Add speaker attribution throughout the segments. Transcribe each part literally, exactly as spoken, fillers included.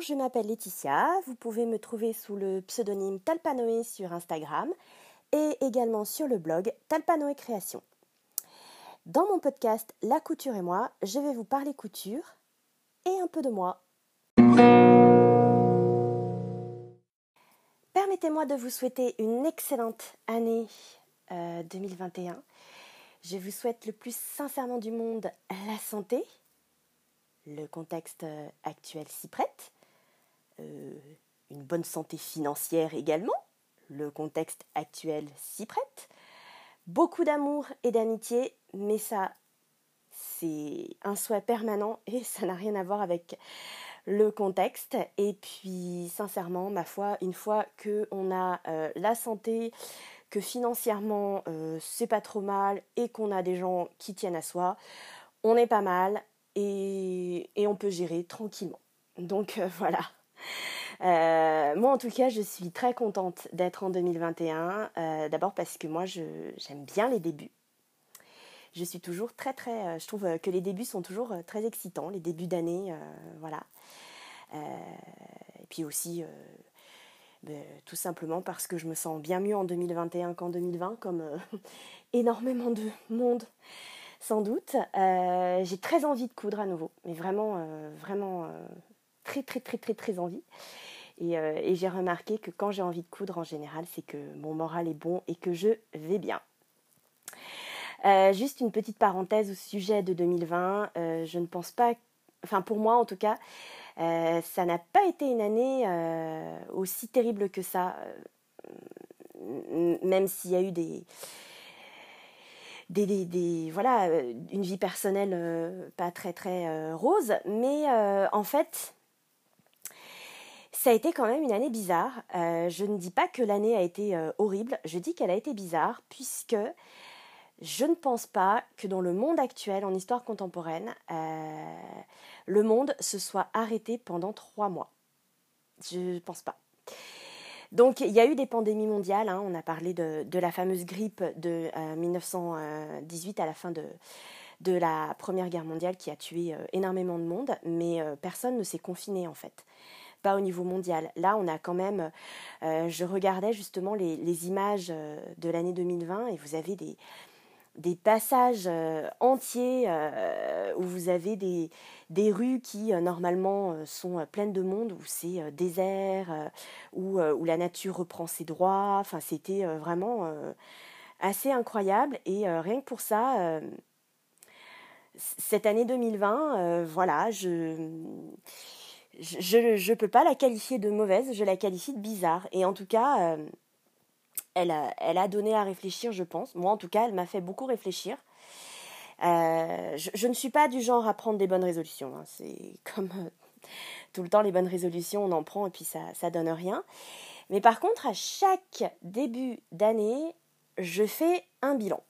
Speaker 1: je m'appelle Laetitia, vous pouvez me trouver sous le pseudonyme Talpanoé sur Instagram et également sur le blog Talpanoé Création. Dans mon podcast La couture et moi, je vais vous parler couture et un peu de moi. Permettez-moi de vous souhaiter une excellente année euh, deux mille vingt et un. Je vous souhaite le plus sincèrement du monde la santé. Le contexte actuel s'y prête. Euh, une bonne santé financière également. Le contexte actuel s'y prête. Beaucoup d'amour et d'amitié, mais ça, c'est un souhait permanent et ça n'a rien à voir avec le contexte. Et puis, sincèrement, ma foi, une fois qu'on a euh, la santé, que financièrement, euh, c'est pas trop mal et qu'on a des gens qui tiennent à soi, on est pas mal et, et on peut gérer tranquillement. Donc, euh, voilà. Euh, moi en tout cas je suis très contente d'être en deux mille vingt et un, euh, d'abord parce que moi je, j'aime bien les débuts. Je suis toujours très très, euh, je trouve que les débuts sont toujours euh, très excitants, les débuts d'année, euh, voilà. Euh, et puis aussi, euh, ben, tout simplement parce que je me sens bien mieux en deux mille vingt et un qu'en deux mille vingt, comme euh, énormément de monde sans doute. Euh, j'ai très envie de coudre à nouveau, mais vraiment, euh, vraiment euh, très très très très très envie. Et, euh, et j'ai remarqué que quand j'ai envie de coudre, en général, c'est que mon moral est bon et que je vais bien. Euh, juste une petite parenthèse au sujet de deux mille vingt. Euh, je ne pense pas, enfin pour moi en tout cas, euh, ça n'a pas été une année euh, aussi terrible que ça, euh, même s'il y a eu des... Des, des, des, voilà, une vie personnelle euh, pas très très euh, rose, mais euh, en fait, ça a été quand même une année bizarre. Euh, je ne dis pas que l'année a été euh, horrible, je dis qu'elle a été bizarre, puisque je ne pense pas que dans le monde actuel, en histoire contemporaine, euh, le monde se soit arrêté pendant trois mois. Je ne pense pas. Donc, il y a eu des pandémies mondiales, hein. On a parlé de, de la fameuse grippe de euh, dix-neuf cent dix-huit à la fin de, de la Première Guerre mondiale qui a tué euh, énormément de monde, mais euh, personne ne s'est confiné en fait, pas au niveau mondial. Là, on a quand même, euh, je regardais justement les, les images euh, de l'année deux mille vingt et vous avez des, des passages euh, entiers euh, où vous avez des, des rues qui euh, normalement euh, sont euh, pleines de monde, où c'est euh, désert, euh, où, euh, où la nature reprend ses droits. Enfin, c'était euh, vraiment euh, assez incroyable. Et euh, rien que pour ça, euh, cette année deux mille vingt, euh, voilà, je je je peux pas la qualifier de mauvaise, je la qualifie de bizarre. Et en tout cas, euh, elle a, elle a donné à réfléchir, je pense. Moi, en tout cas, elle m'a fait beaucoup réfléchir. Euh, je, je ne suis pas du genre à prendre des bonnes résolutions, hein. C'est comme euh, tout le temps, les bonnes résolutions, on en prend et puis ça ça donne rien. Mais par contre, à chaque début d'année, je fais un bilan.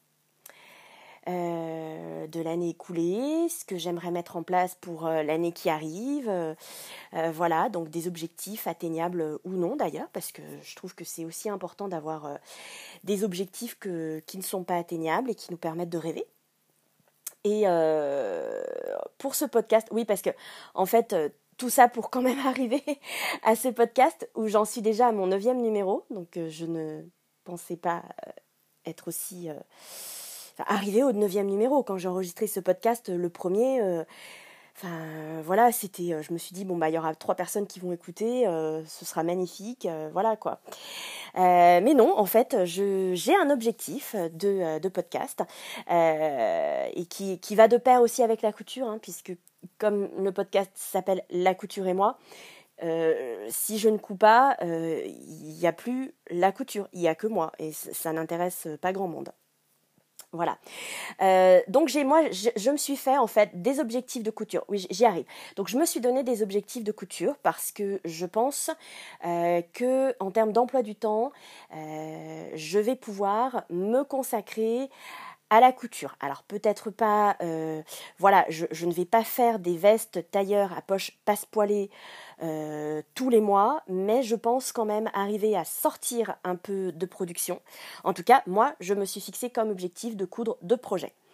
Speaker 1: Euh, de l'année écoulée, ce que j'aimerais mettre en place pour euh, l'année qui arrive, euh, euh, voilà, donc des objectifs atteignables euh, ou non d'ailleurs, parce que je trouve que c'est aussi important d'avoir euh, des objectifs que, qui ne sont pas atteignables et qui nous permettent de rêver. Et euh, pour ce podcast, oui, parce que en fait, euh, tout ça pour quand même arriver à ce podcast où j'en suis déjà à mon neuvième numéro, donc euh, je ne pensais pas euh, être aussi... Euh, arrivé au neuvième numéro. Quand j'ai enregistré ce podcast, le premier, euh, enfin voilà, c'était, euh, je me suis dit bon bah il y aura trois personnes qui vont écouter, euh, ce sera magnifique, euh, voilà quoi. Euh, mais non, en fait, je, j'ai un objectif de, de podcast euh, et qui, qui va de pair aussi avec la couture, hein, puisque comme le podcast s'appelle La couture et moi, euh, si je ne couds pas, il euh, n'y a plus la couture, il n'y a que moi et ça, ça n'intéresse pas grand monde. Voilà. Euh, donc j'ai moi je, je me suis fait en fait des objectifs de couture. Oui, j'y arrive. Donc je me suis donné des objectifs de couture parce que je pense euh, que en termes d'emploi du temps, euh, je vais pouvoir me consacrer à la couture. Alors peut-être pas, euh, voilà, je, je ne vais pas faire des vestes tailleur à poche passe-poilée euh, tous les mois, mais je pense quand même arriver à sortir un peu de production. En tout cas, moi, je me suis fixé comme objectif de coudre deux projets.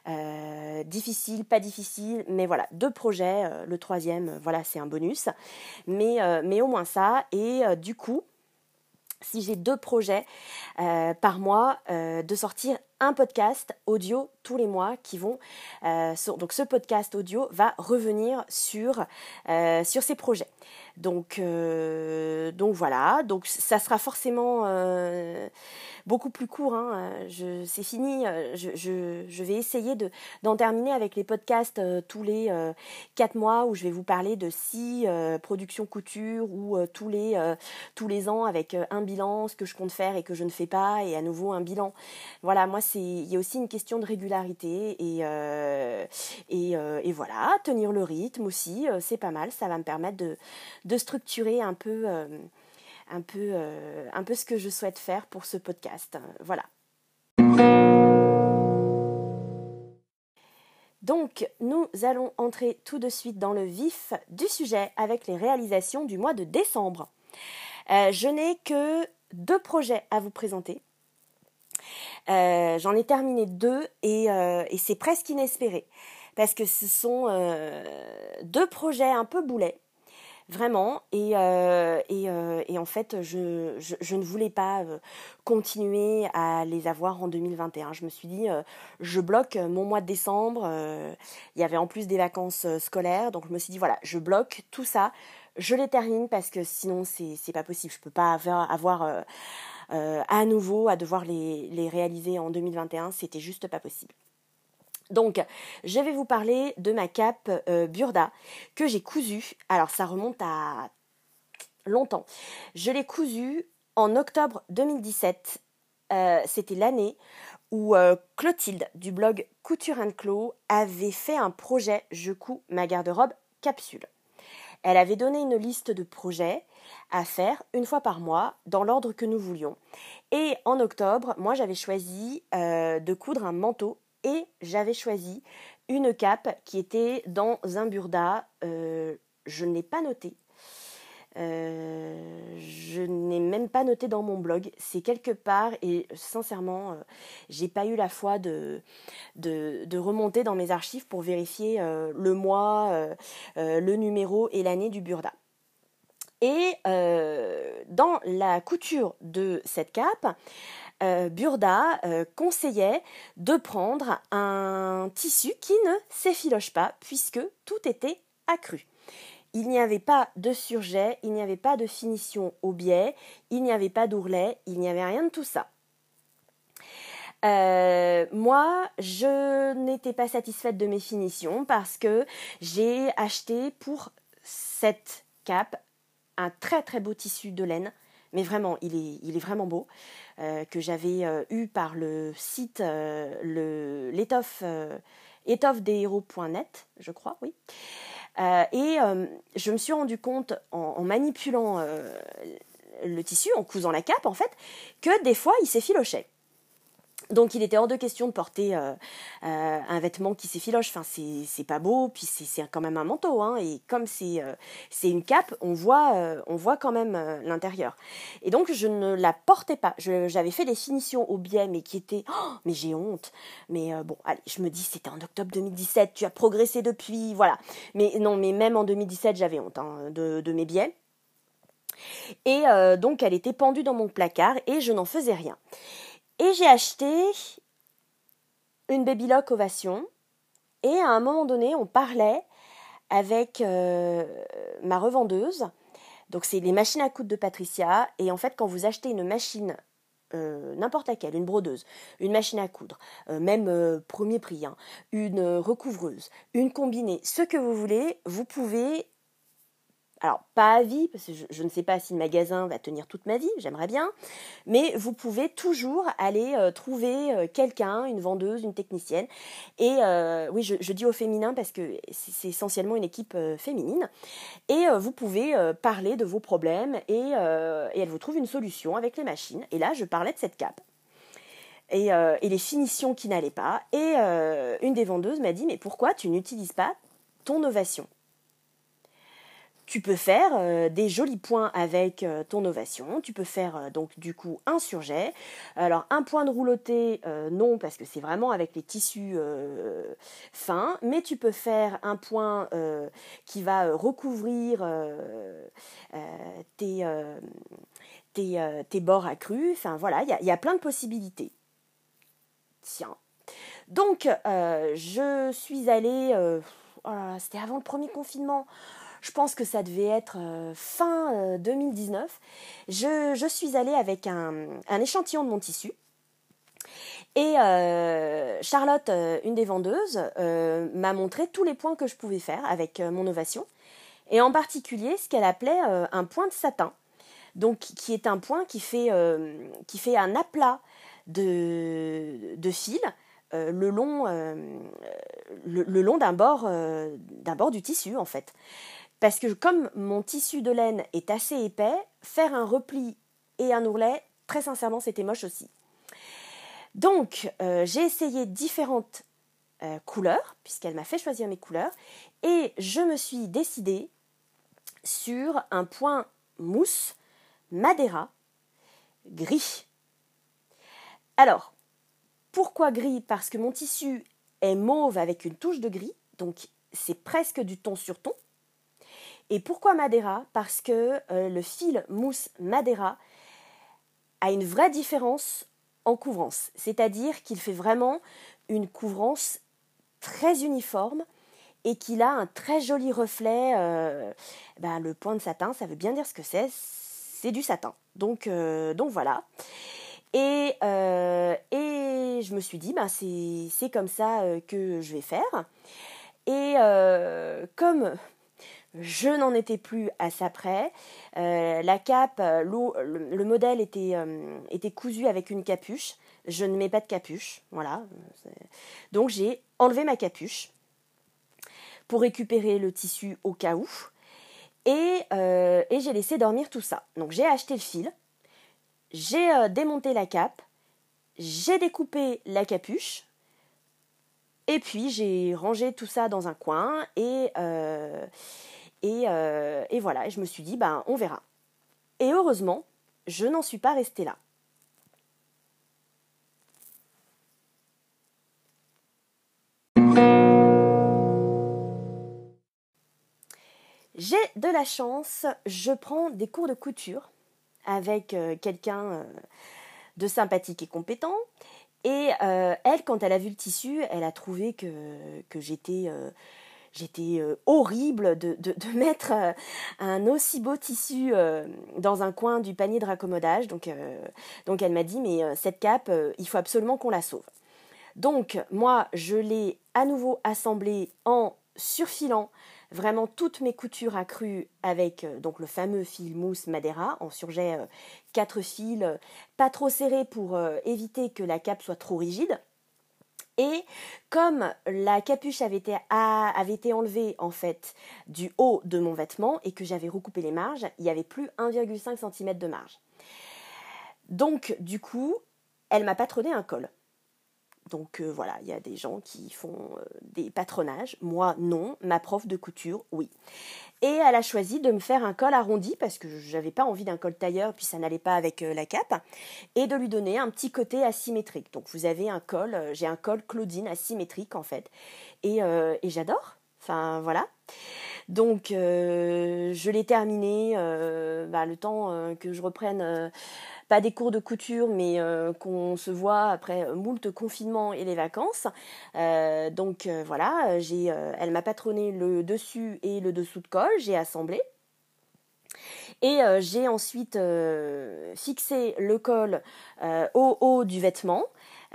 Speaker 1: Euh, difficile, pas difficile, mais voilà, deux projets. Euh, le troisième, euh, voilà, c'est un bonus. Mais, euh, mais au moins ça. Et euh, du coup, si j'ai deux projets euh, par mois, euh, de sortir un podcast audio tous les mois qui vont... Euh, sur, donc ce podcast audio va revenir sur, euh, sur ces projets. Donc, euh, donc voilà, donc ça sera forcément... Euh, beaucoup plus court, hein. Je, c'est fini, je, je, je vais essayer de, d'en terminer avec les podcasts euh, tous les euh, quatre mois où je vais vous parler de six euh, productions couture ou euh, tous, les, euh, tous les ans avec euh, un bilan, ce que je compte faire et que je ne fais pas et à nouveau un bilan. Voilà, moi c'est, il y a aussi une question de régularité et, euh, et, euh, et voilà, tenir le rythme aussi, euh, c'est pas mal, ça va me permettre de, de structurer un peu... Euh, Un peu, euh, un peu ce que je souhaite faire pour ce podcast. Voilà. Donc, nous allons entrer tout de suite dans le vif du sujet avec les réalisations du mois de décembre. Euh, je n'ai que deux projets à vous présenter. Euh, j'en ai terminé deux et, euh, et c'est presque inespéré parce que ce sont euh, deux projets un peu boulets. Vraiment, et, euh, et, euh, et en fait, je, je, je ne voulais pas euh, continuer à les avoir en deux mille vingt et un. Je me suis dit, euh, je bloque mon mois de décembre. Euh, il y avait en plus des vacances euh, scolaires, donc je me suis dit, voilà, je bloque tout ça, je les termine parce que sinon, c'est, c'est pas possible. Je peux pas avoir, avoir euh, euh, à nouveau à devoir les, les réaliser en deux mille vingt et un, c'était juste pas possible. Donc, je vais vous parler de ma cape euh, Burda que j'ai cousue. Alors, ça remonte à longtemps. Je l'ai cousue en octobre deux mille dix-sept. Euh, c'était l'année où euh, Clotilde du blog Couture and Clo avait fait un projet Je couds ma garde-robe capsule. Elle avait donné une liste de projets à faire une fois par mois dans l'ordre que nous voulions. Et en octobre, moi j'avais choisi euh, de coudre un manteau et j'avais choisi une cape qui était dans un burda. Euh, je ne l'ai pas noté. Euh, je n'ai même pas noté dans mon blog. C'est quelque part et sincèrement, euh, j'ai pas eu la foi de, de, de remonter dans mes archives pour vérifier euh, le mois, euh, euh, le numéro et l'année du burda. Et euh, dans la couture de cette cape, Euh, Burda euh, conseillait de prendre un tissu qui ne s'effiloche pas puisque tout était accru. Il n'y avait pas de surjet, il n'y avait pas de finition au biais, il n'y avait pas d'ourlet, il n'y avait rien de tout ça. Euh, moi, je n'étais pas satisfaite de mes finitions parce que j'ai acheté pour cette cape un très très beau tissu de laine. Mais vraiment, il est, il est vraiment beau, euh, que j'avais euh, eu par le site euh, le, l'étoffe, euh, étoffe des héros point net, je crois, oui. Euh, et euh, je me suis rendu compte en, en manipulant euh, le tissu, en cousant la cape en fait, que des fois il s'effilochait. Donc il était hors de question de porter euh, euh, un vêtement qui s'effiloche, enfin c'est, c'est pas beau, puis c'est, c'est quand même un manteau, hein, et comme c'est, euh, c'est une cape, on voit, euh, on voit quand même euh, l'intérieur. Et donc je ne la portais pas, je, j'avais fait des finitions au biais, mais qui étaient, oh, mais j'ai honte, mais euh, bon, allez, je me dis c'était en octobre deux mille dix-sept, tu as progressé depuis, voilà. Mais non, mais même en deux mille dix-sept j'avais honte hein, de, de mes biais. Et euh, donc elle était pendue dans mon placard et je n'en faisais rien. Et j'ai acheté une Babylock Ovation et à un moment donné, on parlait avec euh, ma revendeuse. Donc, c'est les machines à coudre de Patricia. Et en fait, quand vous achetez une machine, euh, n'importe laquelle, une brodeuse, une machine à coudre, euh, même euh, premier prix, hein, une recouvreuse, une combinée, ce que vous voulez, vous pouvez... Alors, pas à vie, parce que je, je ne sais pas si le magasin va tenir toute ma vie, j'aimerais bien, mais vous pouvez toujours aller euh, trouver euh, quelqu'un, une vendeuse, une technicienne, et euh, oui, je, je dis au féminin parce que c'est, c'est essentiellement une équipe euh, féminine, et euh, vous pouvez euh, parler de vos problèmes, et, euh, et elle vous trouve une solution avec les machines, et là, je parlais de cette cape. Et, euh, et les finitions qui n'allaient pas, et euh, une des vendeuses m'a dit, mais pourquoi tu n'utilises pas ton Ovation ? Tu peux faire euh, des jolis points avec euh, ton ovation. Tu peux faire euh, donc du coup un surjet. Alors un point de rouloté, euh, non, parce que c'est vraiment avec les tissus euh, fins. Mais tu peux faire un point euh, qui va euh, recouvrir euh, euh, tes, euh, tes, euh, tes bords accrus. Enfin voilà, il y a, y a plein de possibilités. Tiens. Donc euh, je suis allée... Euh, oh là là, c'était avant le premier confinement. Je pense que ça devait être euh, fin euh, deux mille dix-neuf. Je, je suis allée avec un, un échantillon de mon tissu. Et euh, Charlotte, euh, une des vendeuses, euh, m'a montré tous les points que je pouvais faire avec euh, mon ovation. Et en particulier, ce qu'elle appelait euh, un point de satin. Donc, qui est un point qui fait, euh, qui fait un aplat de, de fil euh, le long, euh, le, le long d'un bord, euh, d'un bord du tissu, en fait. Parce que comme mon tissu de laine est assez épais, faire un repli et un ourlet, très sincèrement, c'était moche aussi. Donc, euh, j'ai essayé différentes euh, couleurs, puisqu'elle m'a fait choisir mes couleurs, et je me suis décidée sur un point mousse Madeira gris. Alors, pourquoi gris? Parce que mon tissu est mauve avec une touche de gris, donc c'est presque du ton sur ton. Et pourquoi Madeira? Parce que euh, le fil mousse Madeira a une vraie différence en couvrance. C'est-à-dire qu'il fait vraiment une couvrance très uniforme et qu'il a un très joli reflet. Euh, ben, le point de satin, ça veut bien dire ce que c'est. C'est du satin. Donc, euh, donc voilà. Et, euh, et je me suis dit, ben, c'est, c'est comme ça euh, que je vais faire. Et euh, comme... je n'en étais plus à ça près. Euh, la cape, le, le modèle était, euh, était cousu avec une capuche. Je ne mets pas de capuche, voilà. Donc j'ai enlevé ma capuche pour récupérer le tissu au cas où. Et, euh, et j'ai laissé dormir tout ça. Donc j'ai acheté le fil, j'ai euh, démonté la cape, j'ai découpé la capuche, et puis j'ai rangé tout ça dans un coin et... Euh, Et, euh, et voilà, et je me suis dit, ben, on verra. Et heureusement, je n'en suis pas restée là. J'ai de la chance, je prends des cours de couture avec euh, quelqu'un euh, de sympathique et compétent. Et euh, elle, quand elle a vu le tissu, elle a trouvé que, que j'étais... Euh, J'étais euh, horrible de, de, de mettre euh, un aussi beau tissu euh, dans un coin du panier de raccommodage. Donc, euh, donc elle m'a dit, mais euh, cette cape, euh, il faut absolument qu'on la sauve. Donc moi, je l'ai à nouveau assemblée en surfilant vraiment toutes mes coutures accrues avec euh, donc le fameux fil mousse Madeira en surjet euh, quatre fils, euh, pas trop serrés pour euh, éviter que la cape soit trop rigide. Et comme la capuche avait été, avait été enlevée en fait du haut de mon vêtement et que j'avais recoupé les marges, il n'y avait plus un virgule cinq centimètre de marge. Donc du coup, elle m'a patronné un col. Donc euh, voilà, il y a des gens qui font euh, des patronages. Moi, non. Ma prof de couture, oui. Et elle a choisi de me faire un col arrondi parce que je n'avais pas envie d'un col tailleur, puis ça n'allait pas avec euh, la cape, et de lui donner un petit côté asymétrique. Donc vous avez un col, euh, j'ai un col Claudine asymétrique en fait. Et, euh, et j'adore. Enfin voilà. Donc euh, je l'ai terminé euh, bah, le temps euh, que je reprenne... Euh, pas des cours de couture, mais euh, qu'on se voit après moult confinement et les vacances. Euh, donc euh, voilà, j'ai, euh, elle m'a patronné le dessus et le dessous de col, j'ai assemblé. Et euh, j'ai ensuite euh, fixé le col euh, au haut du vêtement.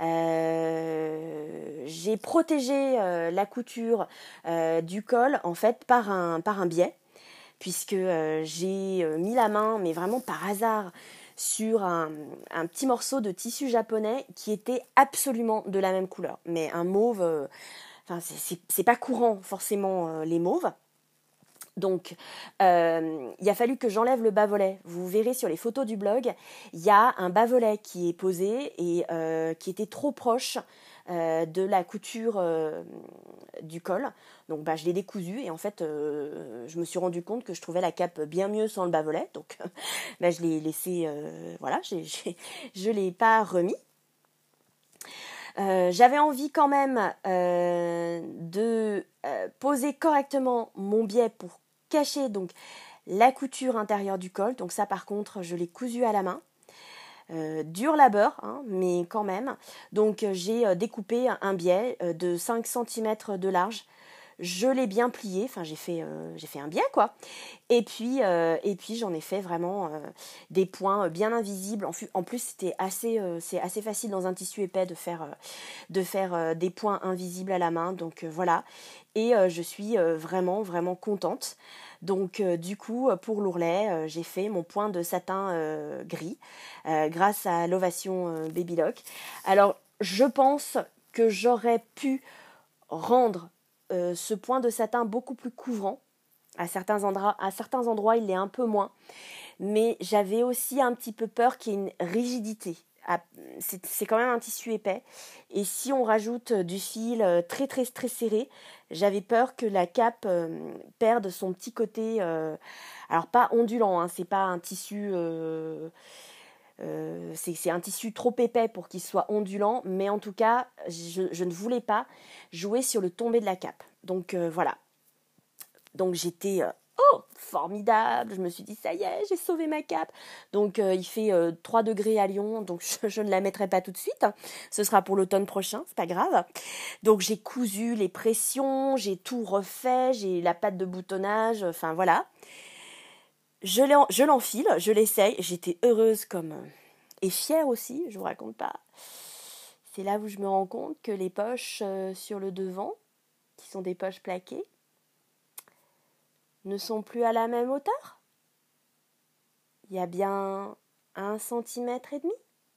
Speaker 1: Euh, j'ai protégé euh, la couture euh, du col en fait par un, par un biais, puisque euh, j'ai mis la main, mais vraiment par hasard, sur un, un petit morceau de tissu japonais qui était absolument de la même couleur. Mais un mauve, euh, enfin, c'est, c'est, c'est pas courant forcément euh, les mauves. Donc, euh, il a fallu que j'enlève le bas-volet. Vous verrez sur les photos du blog, il y a un bas-volet qui est posé et euh, qui était trop proche euh, de la couture euh, du col. Donc, bah, je l'ai décousu et en fait, euh, je me suis rendu compte que je trouvais la cape bien mieux sans le bas-volet. Donc, bah, je l'ai laissé, euh, voilà, j'ai, j'ai, je ne l'ai pas remis. Euh, j'avais envie quand même euh, de euh, poser correctement mon biais pour cacher donc la couture intérieure du col. Donc ça par contre je l'ai cousu à la main. Euh, dur labeur, hein, mais quand même. Donc euh, j'ai euh, découpé un biais euh, de cinq centimètres de large. Je l'ai bien plié, enfin j'ai fait, euh, j'ai fait un biais quoi. Et puis, euh, et puis j'en ai fait vraiment euh, des points bien invisibles. En, en plus c'était assez, euh, c'est assez facile dans un tissu épais de faire, euh, de faire euh, des points invisibles à la main. Donc euh, voilà. Et euh, je suis euh, vraiment vraiment contente. Donc euh, du coup pour l'ourlet euh, j'ai fait mon point de satin euh, gris euh, grâce à l'Ovation euh, Babylock. Alors je pense que j'aurais pu rendre euh, ce point de satin beaucoup plus couvrant. À certains endroits, à certains endroits il l'est un peu moins. Mais j'avais aussi un petit peu peur qu'il y ait une rigidité. C'est, c'est quand même un tissu épais. Et si on rajoute du fil très très très serré, j'avais peur que la cape euh, perde son petit côté... Euh, alors pas ondulant, hein, c'est pas un tissu... Euh, euh, c'est, c'est un tissu trop épais pour qu'il soit ondulant. Mais en tout cas, je, je ne voulais pas jouer sur le tombé de la cape. Donc euh, voilà. Donc j'étais... Euh, oh, formidable, je me suis dit ça y est, j'ai sauvé ma cape. Donc euh, il fait euh, trois degrés à Lyon, donc je, je ne la mettrai pas tout de suite. Ce sera pour l'automne prochain, c'est pas grave. Donc j'ai cousu les pressions, j'ai tout refait, j'ai la patte de boutonnage, enfin voilà. Je, l'ai, je l'enfile, je l'essaye, j'étais heureuse comme... Et fière aussi, je vous raconte pas. C'est là où je me rends compte que les poches euh, sur le devant, qui sont des poches plaquées, ne sont plus à la même hauteur. Il y a bien un centimètre et demi.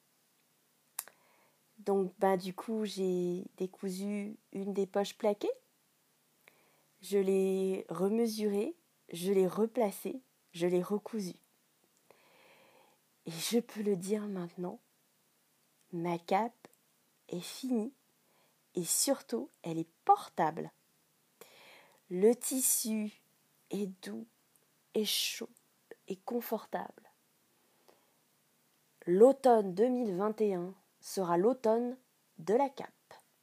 Speaker 1: Donc bah, du coup j'ai décousu une des poches plaquées. Je l'ai remesurée, je l'ai replacée, je l'ai recousue. Et je peux le dire maintenant, ma cape est finie et surtout elle est portable. Le tissu est doux, est chaud, est confortable. L'automne deux mille vingt et un sera l'automne de la cape.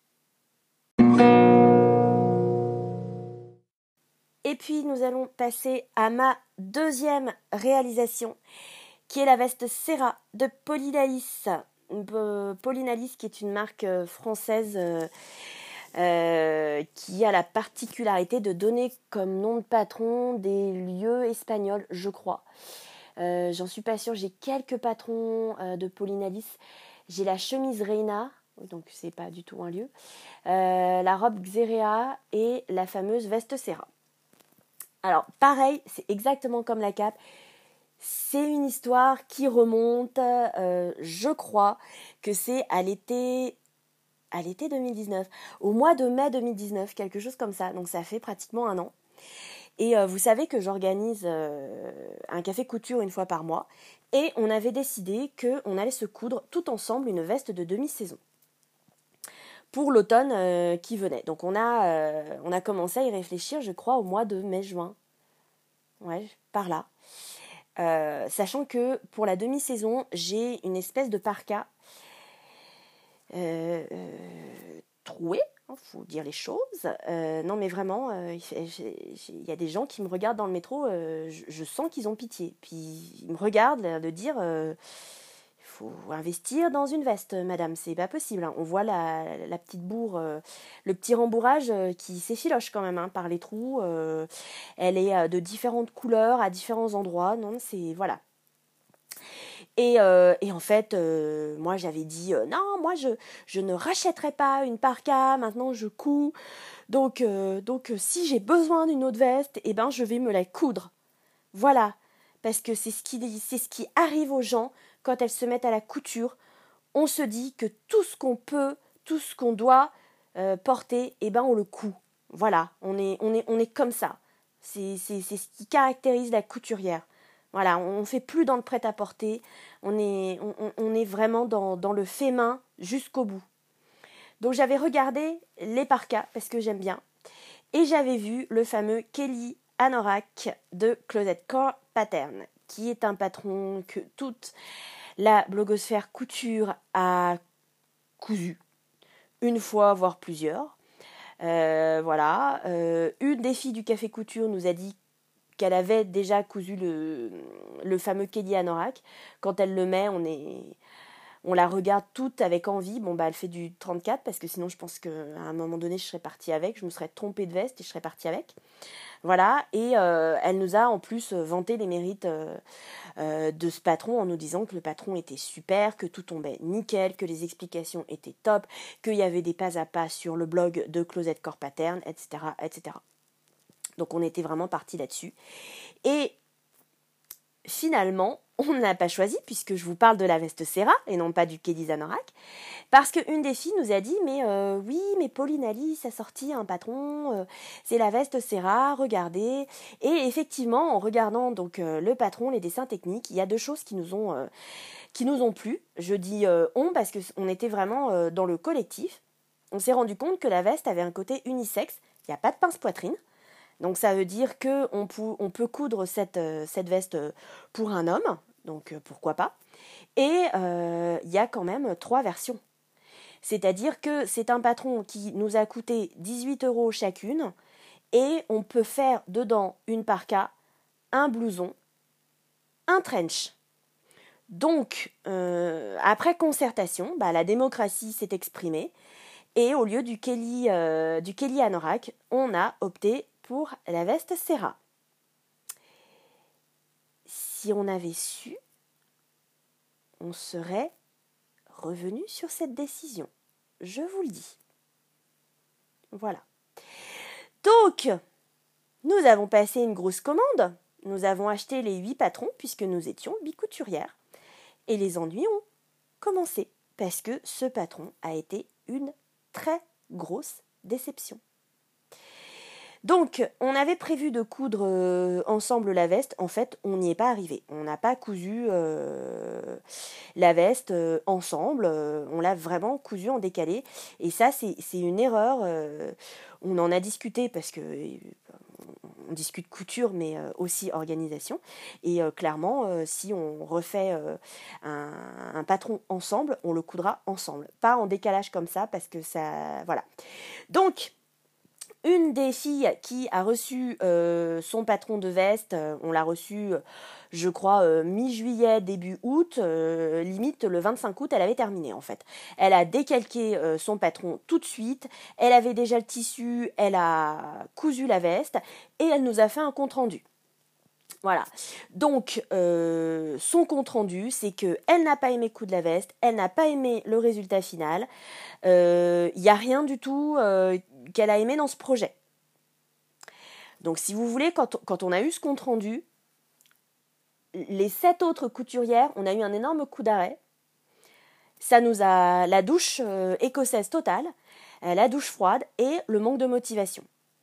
Speaker 1: Et puis nous allons passer à ma deuxième réalisation, qui est la veste Serra de Polinalis. Euh, Polinalis qui est une marque française euh, euh, qui a la particularité de donner comme nom de patron des lieux espagnols, je crois. Euh, j'en suis pas sûre, j'ai quelques patrons euh, de Polinalis. J'ai la chemise Reina, donc c'est pas du tout un lieu, euh, la robe Xerea et la fameuse veste Serra. Alors pareil, c'est exactement comme la cape. C'est une histoire qui remonte, euh, je crois que c'est à l'été, à l'été deux mille dix-neuf, au mois de mai deux mille dix-neuf, quelque chose comme ça. Donc ça fait pratiquement un an. Et euh, vous savez que j'organise euh, un café couture une fois par mois. Et on avait décidé qu'on allait se coudre tout ensemble une veste de demi-saison pour l'automne euh, qui venait. Donc on a, euh, on a commencé à y réfléchir, je crois, au mois de mai-juin. Ouais, par là. Euh, sachant que pour la demi-saison, j'ai une espèce de parka euh, euh, troué, il faut dire les choses. Euh, non mais vraiment, euh, il y a des gens qui me regardent dans le métro, euh, je, je sens qu'ils ont pitié. Puis ils me regardent, l'air de dire... Euh, faut investir dans une veste, madame, c'est pas possible. Hein. On voit la, la petite bourre, euh, le petit rembourrage euh, qui s'effiloche quand même hein, par les trous. Euh, elle est euh, de différentes couleurs à différents endroits. Non, c'est voilà. Et, euh, et en fait, euh, moi j'avais dit euh, non, moi je, je ne rachèterai pas une parka. Maintenant je couds. Donc euh, donc euh, si j'ai besoin d'une autre veste, eh ben je vais me la coudre. Voilà, parce que c'est ce qui c'est ce qui arrive aux gens. Quand elles se mettent à la couture, on se dit que tout ce qu'on peut, tout ce qu'on doit euh, porter, eh ben on le coud. Voilà, on est, on est, on est comme ça. C'est, c'est, c'est ce qui caractérise la couturière. Voilà, on ne fait plus dans le prêt-à-porter, on est, on, on est vraiment dans, dans le fait main jusqu'au bout. Donc j'avais regardé les parkas parce que j'aime bien. Et j'avais vu le fameux Kelly Anorak de Closet Core Pattern, qui est un patron que toute la blogosphère couture a cousu. Une fois, voire plusieurs. Euh, voilà. Euh, une des filles du Café Couture nous a dit qu'elle avait déjà cousu le, le fameux Kelly Anorak. Quand elle le met, on est... On la regarde toute avec envie. Bon, bah, elle fait du trente-quatre parce que sinon, je pense qu'à un moment donné, je serais partie avec. Je me serais trompée de veste et je serais partie avec. Voilà. Et euh, elle nous a en plus vanté les mérites euh, euh, de ce patron en nous disant que le patron était super, que tout tombait nickel, que les explications étaient top, qu'il y avait des pas à pas sur le blog de Closet Core Pattern, et cetera, et cetera. Donc, on était vraiment parti là-dessus. Et finalement, on n'a pas choisi, puisque je vous parle de la veste Serra et non pas du Kelly Anorak, parce qu'une des filles nous a dit mais euh, oui, mais Pauline Alice a sorti un patron, euh, c'est la veste Serra, regardez. Et effectivement, en regardant donc euh, le patron, les dessins techniques, il y a deux choses qui nous ont euh, qui nous ont plu. Je dis euh, on parce que on était vraiment euh, dans le collectif. On s'est rendu compte que la veste avait un côté unisexe. Il n'y a pas de pince-poitrine. Donc ça veut dire qu'on peut, on peut coudre cette, euh, cette veste pour un homme, donc euh, pourquoi pas. Et euh, il y a quand même trois versions. C'est-à-dire que c'est un patron qui nous a coûté dix-huit euros chacune et on peut faire dedans une parka, un blouson, un trench. Donc, euh, après concertation, bah, la démocratie s'est exprimée et au lieu du Kelly, euh, du Kelly Anorak, on a opté pour la veste Serra. Si on avait su, on serait revenu sur cette décision. Je vous le dis. Voilà. Donc, nous avons passé une grosse commande. Nous avons acheté les huit patrons puisque nous étions bicouturières. Et les ennuis ont commencé parce que ce patron a été une très grosse déception. Donc, on avait prévu de coudre euh, ensemble la veste. En fait, on n'y est pas arrivé. On n'a pas cousu euh, la veste euh, ensemble. Euh, on l'a vraiment cousu en décalé. Et ça, c'est, c'est une erreur. Euh, on en a discuté parce que euh, on discute couture, mais euh, aussi organisation. Et euh, clairement, euh, si on refait euh, un, un patron ensemble, on le coudra ensemble. Pas en décalage comme ça, parce que ça... Voilà. Donc... Une des filles qui a reçu euh, son patron de veste, euh, on l'a reçu, euh, je crois, euh, mi-juillet, début août, euh, limite le vingt-cinq août, elle avait terminé en fait. Elle a décalqué euh, son patron tout de suite, elle avait déjà le tissu, elle a cousu la veste et elle nous a fait un compte-rendu. Voilà, donc euh, son compte rendu, c'est qu'elle n'a pas aimé coudre la veste, elle n'a pas aimé le résultat final, il euh, n'y a rien du tout euh, qu'elle a aimé dans ce projet. Donc si vous voulez, quand, quand on a eu ce compte rendu, les sept autres couturières, on a eu un énorme coup d'arrêt. Ça nous a la douche euh, écossaise totale, euh, la douche froide et le manque de motivation.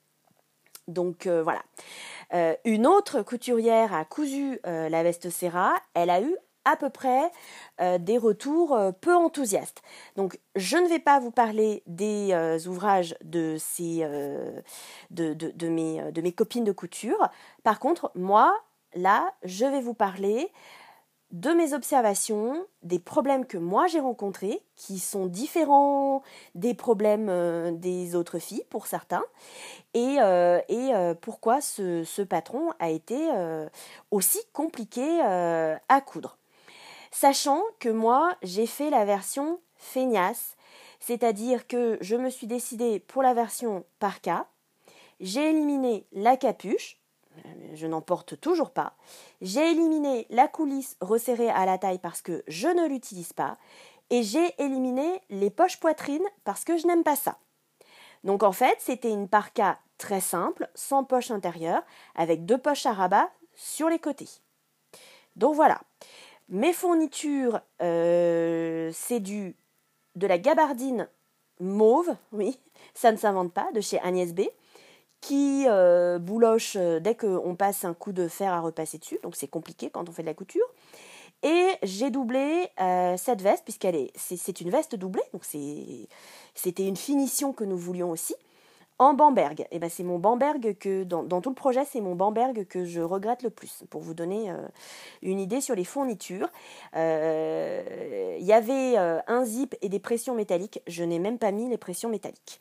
Speaker 1: Donc euh, voilà. Euh, une autre couturière a cousu euh, la veste Serra, elle a eu à peu près euh, des retours euh, peu enthousiastes. Donc je ne vais pas vous parler des euh, ouvrages de, ces, euh, de, de, de, mes, de mes copines de couture. Par contre, moi, là, je vais vous parler de mes observations, des problèmes que moi j'ai rencontrés, qui sont différents des problèmes euh, des autres filles pour certains, et, euh, et euh, pourquoi ce, ce patron a été euh, aussi compliqué euh, à coudre. Sachant que moi j'ai fait la version feignasse, c'est-à-dire que je me suis décidée pour la version parka, j'ai éliminé la capuche, je n'en porte toujours pas. J'ai éliminé la coulisse resserrée à la taille parce que je ne l'utilise pas. Et j'ai éliminé les poches poitrine parce que je n'aime pas ça. Donc en fait, c'était une parka très simple, sans poche intérieure, avec deux poches à rabat sur les côtés. Donc voilà. Mes fournitures, euh, c'est du de la gabardine mauve, oui, ça ne s'invente pas, de chez Agnès B, qui euh, bouloche euh, dès qu'on passe un coup de fer à repasser dessus, donc c'est compliqué quand on fait de la couture. Et j'ai doublé euh, cette veste, puisqu'elle est, c'est, c'est une veste doublée, donc c'est, c'était une finition que nous voulions aussi, en Bamberg. Et ben c'est mon Bamberg que, dans, dans tout le projet, c'est mon Bamberg que je regrette le plus, pour vous donner euh, une idée sur les fournitures. Il euh, y avait euh, un zip et des pressions métalliques, je n'ai même pas mis les pressions métalliques.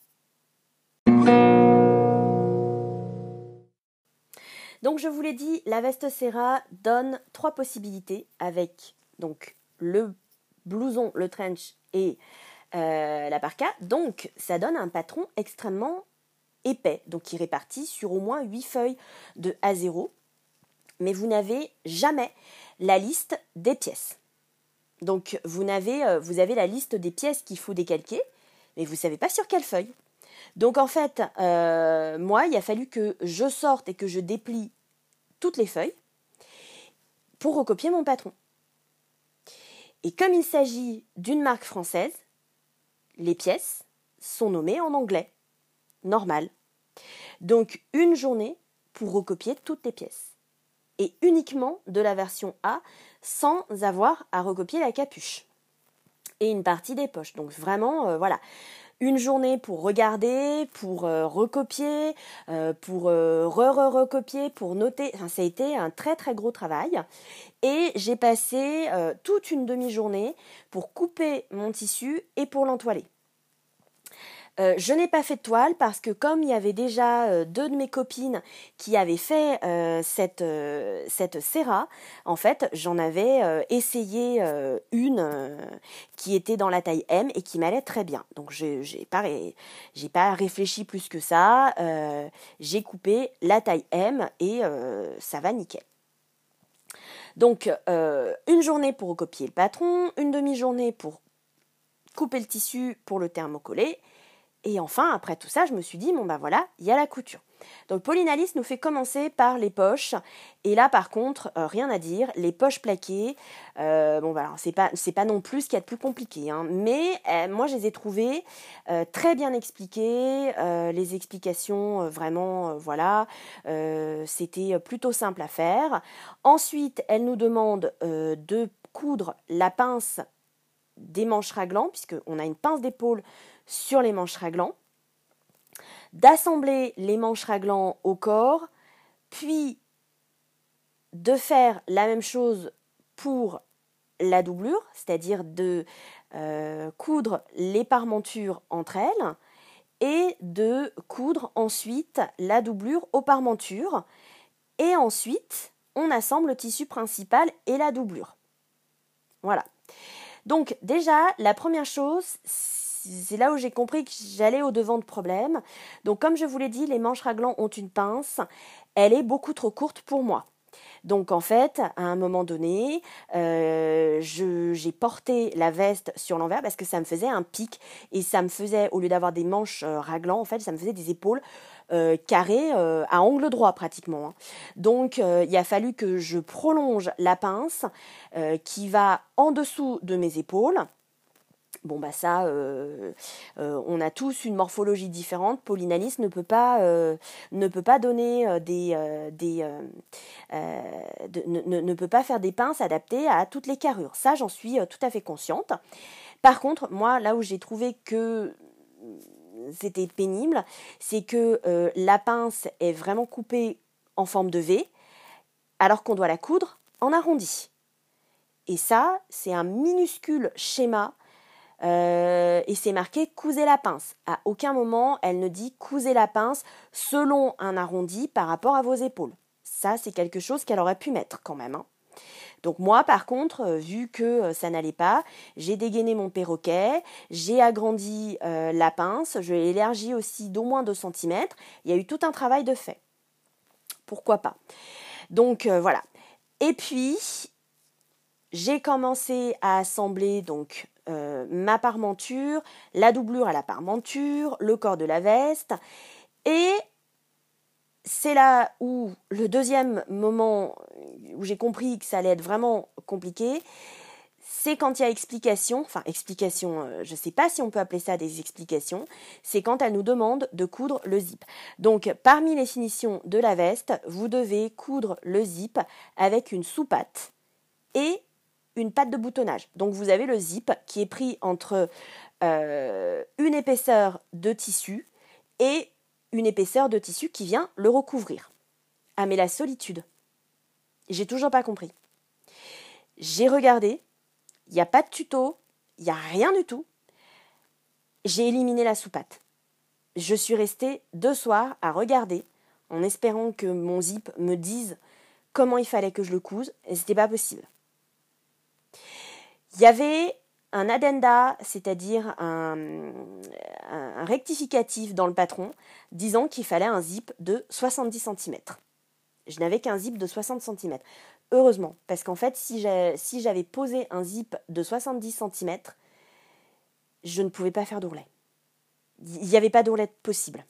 Speaker 1: Donc je vous l'ai dit, la veste Serra donne trois possibilités avec donc le blouson, le trench et euh, la parka. Donc ça donne un patron extrêmement épais, donc qui répartit sur au moins huit feuilles de A zéro. Mais vous n'avez jamais la liste des pièces. Donc vous, n'avez, euh, vous avez la liste des pièces qu'il faut décalquer, mais vous ne savez pas sur quelle feuille. Donc en fait, euh, moi, il a fallu que je sorte et que je déplie toutes les feuilles pour recopier mon patron. Et comme il s'agit d'une marque française, les pièces sont nommées en anglais, normal. Donc une journée pour recopier toutes les pièces. Et uniquement de la version A, sans avoir à recopier la capuche. Et une partie des poches. Donc vraiment, euh, voilà. Une journée pour regarder, pour euh, recopier, euh, pour euh, re-re-recopier, pour noter. Enfin, ça a été un très très gros travail. Et j'ai passé euh, toute une demi-journée pour couper mon tissu et pour l'entoiler. Euh, je n'ai pas fait de toile parce que comme il y avait déjà euh, deux de mes copines qui avaient fait euh, cette, euh, cette Serra, en fait, j'en avais euh, essayé euh, une euh, qui était dans la taille M et qui m'allait très bien. Donc, je j'ai pas, ré, j'ai pas réfléchi plus que ça. Euh, j'ai coupé la taille M et euh, ça va nickel. Donc, euh, une journée pour recopier le patron, une demi-journée pour couper le tissu pour le thermocoller. Et enfin, après tout ça, je me suis dit, bon ben voilà, il y a la couture. Donc Pauline Alice nous fait commencer par les poches. Et là, par contre, euh, rien à dire. Les poches plaquées, euh, bon ben alors, c'est pas, c'est pas non plus ce qu'il y a de plus compliqué. Hein, mais euh, moi, je les ai trouvées euh, très bien expliquées. Euh, les explications, euh, vraiment, euh, voilà, euh, c'était plutôt simple à faire. Ensuite, elle nous demande euh, de coudre la pince des manches raglants, puisqu'on a une pince d'épaule sur les manches raglants, d'assembler les manches raglants au corps, puis de faire la même chose pour la doublure, c'est-à-dire de euh, coudre les parmentures entre elles et de coudre ensuite la doublure aux parmentures. Et ensuite, on assemble le tissu principal et la doublure. Voilà. Donc déjà, la première chose, c'est là où j'ai compris que j'allais au-devant de problème. Donc comme je vous l'ai dit, les manches raglants ont une pince. Elle est beaucoup trop courte pour moi. Donc en fait, à un moment donné, euh, je, j'ai porté la veste sur l'envers parce que ça me faisait un pic. Et ça me faisait, au lieu d'avoir des manches euh, raglants, en fait, ça me faisait des épaules euh, carrées euh, à angle droit pratiquement. Hein. Donc euh, il a fallu que je prolonge la pince euh, qui va en dessous de mes épaules. Bon bah ça, euh, euh, on a tous une morphologie différente. Pauline Alice ne peut pas, euh, ne peut pas donner euh, des, euh, des euh, euh, de, ne, ne peut pas faire des pinces adaptées à toutes les carrures. Ça, j'en suis euh, tout à fait consciente. Par contre, moi, là où j'ai trouvé que c'était pénible, c'est que euh, la pince est vraiment coupée en forme de V, alors qu'on doit la coudre en arrondi. Et ça, c'est un minuscule schéma. Euh, et c'est marqué cousez la pince. À aucun moment elle ne dit cousez la pince selon un arrondi par rapport à vos épaules. Ça, c'est quelque chose qu'elle aurait pu mettre quand même. Hein. Donc moi, par contre, euh, vu que euh, ça n'allait pas, j'ai dégainé mon perroquet, j'ai agrandi euh, la pince, je l'ai élargi aussi d'au moins deux centimètres. Il y a eu tout un travail de fait. Pourquoi pas? Donc euh, voilà. Et puis, j'ai commencé à assembler donc euh, ma parmenture, la doublure à la parmenture, le corps de la veste. Et c'est là où le deuxième moment où j'ai compris que ça allait être vraiment compliqué, c'est quand il y a explication, enfin explication, euh, je ne sais pas si on peut appeler ça des explications, c'est quand elle nous demande de coudre le zip. Donc parmi les finitions de la veste, vous devez coudre le zip avec une sous-patte et une patte de boutonnage. Donc vous avez le zip qui est pris entre euh, une épaisseur de tissu et une épaisseur de tissu qui vient le recouvrir. Ah mais la solitude, j'ai toujours pas compris. J'ai regardé, il n'y a pas de tuto, il n'y a rien du tout. J'ai éliminé la sous-patte. Je suis restée deux soirs à regarder en espérant que mon zip me dise comment il fallait que je le couse et c'était pas possible. Il y avait un addenda, c'est-à-dire un, un rectificatif dans le patron disant qu'il fallait un zip de soixante-dix centimètres. Je n'avais qu'un zip de soixante centimètres. Heureusement, parce qu'en fait, si, j'ai, si j'avais posé un zip de soixante-dix centimètres, je ne pouvais pas faire d'ourlet. Il n'y avait pas d'ourlet possible.